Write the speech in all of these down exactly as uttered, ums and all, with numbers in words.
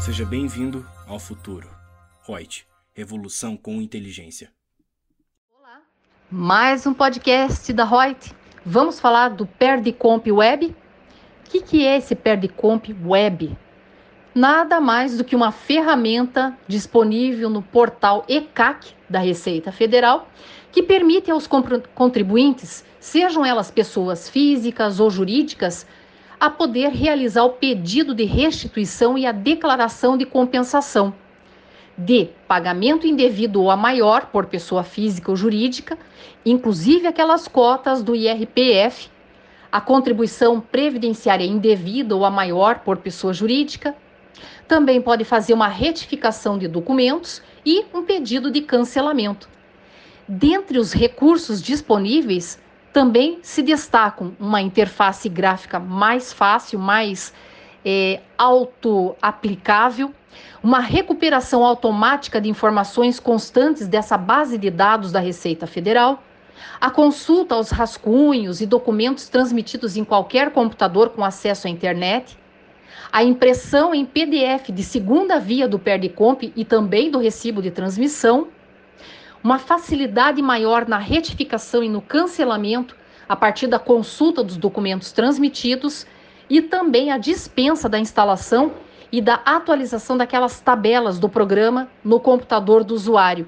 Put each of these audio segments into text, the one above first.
Seja bem-vindo ao futuro. Reut, revolução com inteligência. Olá, mais um podcast da Reut. Vamos falar do Perdicomp Web? O que, que é esse Perdicomp Web? Nada mais do que uma ferramenta disponível no portal E C A C da Receita Federal, que permite aos contribuintes, sejam elas pessoas físicas ou jurídicas, a poder realizar o pedido de restituição e a declaração de compensação de pagamento indevido ou a maior por pessoa física ou jurídica, inclusive aquelas cotas do I R P F, a contribuição previdenciária indevida ou a maior por pessoa jurídica. Também pode fazer uma retificação de documentos e um pedido de cancelamento. Dentre os recursos disponíveis, também se destacam uma interface gráfica mais fácil, mais é, auto-aplicável, uma recuperação automática de informações constantes dessa base de dados da Receita Federal, a consulta aos rascunhos e documentos transmitidos em qualquer computador com acesso à internet, a impressão em P D F de segunda via do Perdicomp e também do recibo de transmissão, uma facilidade maior na retificação e no cancelamento a partir da consulta dos documentos transmitidos e também a dispensa da instalação e da atualização daquelas tabelas do programa no computador do usuário.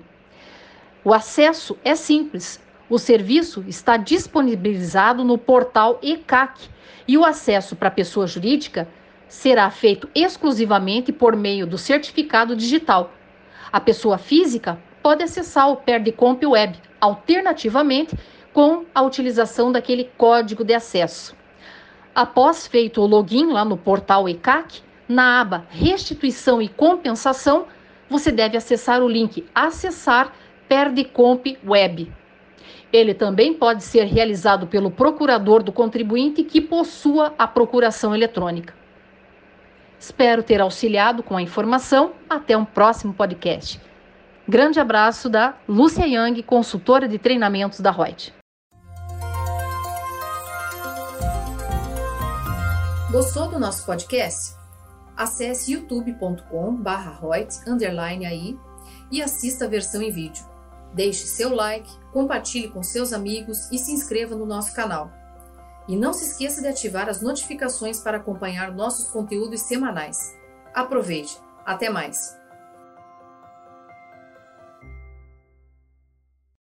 O acesso é simples. O serviço está disponibilizado no portal E C A C e o acesso para a pessoa jurídica será feito exclusivamente por meio do certificado digital. A pessoa física pode acessar o Perdicomp Web, alternativamente com a utilização daquele código de acesso. Após feito o login lá no portal E C A C, na aba Restituição e Compensação, você deve acessar o link Acessar Perdicomp Web. Ele também pode ser realizado pelo procurador do contribuinte que possua a procuração eletrônica. Espero ter auxiliado com a informação. Até um próximo podcast. Grande abraço da Lúcia Yang, consultora de treinamentos da Reut. Gostou do nosso podcast? Acesse youtube ponto com barra reut underline aí e assista a versão em vídeo. Deixe seu like, compartilhe com seus amigos e se inscreva no nosso canal. E não se esqueça de ativar as notificações para acompanhar nossos conteúdos semanais. Aproveite! Até mais!